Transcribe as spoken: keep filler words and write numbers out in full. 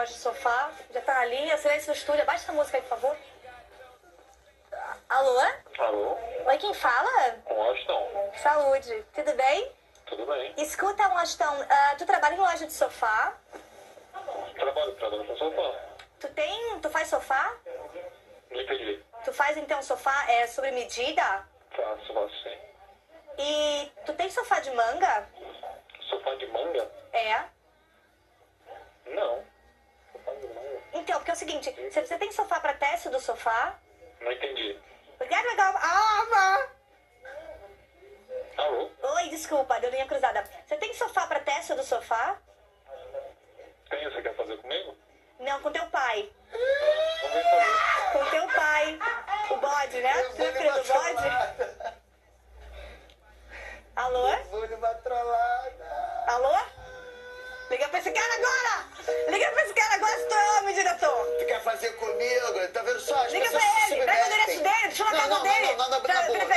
loja de sofá. Já tá ali, a silêncio no estúdio. Abaixa essa música aí, por favor. Alô? Alô? Oi, quem fala? Com Aston. Saúde. Tudo bem? Tudo bem. Escuta, Aston, uh, tu trabalha em loja de sofá? Trabalho, trabalho com sofá. Tu tem... Tu faz sofá? Não entendi. Tu faz, então, sofá é, sobre medida? Faço, faço sim. E tu tem sofá de manga? Sofá de manga? É. Não. Sofá de manga? Então, porque é o seguinte, você você tem sofá pra teste do sofá? Não entendi. Legal, legal. Ah, ma. Alô? Oi, desculpa, deu linha cruzada. Você tem sofá pra teste do sofá? Tem, você quer fazer comigo? Não, com teu pai. Vamos ver fazer. Com teu pai. O bode, né? Tu é filho do bode? Alô? Vou numa trollada. Alô? Liga pra esse cara agora! Liga pra esse cara agora se tu é homem, diretor! Tu quer fazer comigo? Tá vendo só? As Liga pessoas pra se ele! Dá o endereço submetem. dele! Deixa eu Não, marcar não, com não, dele! não, não, na Pra- boa.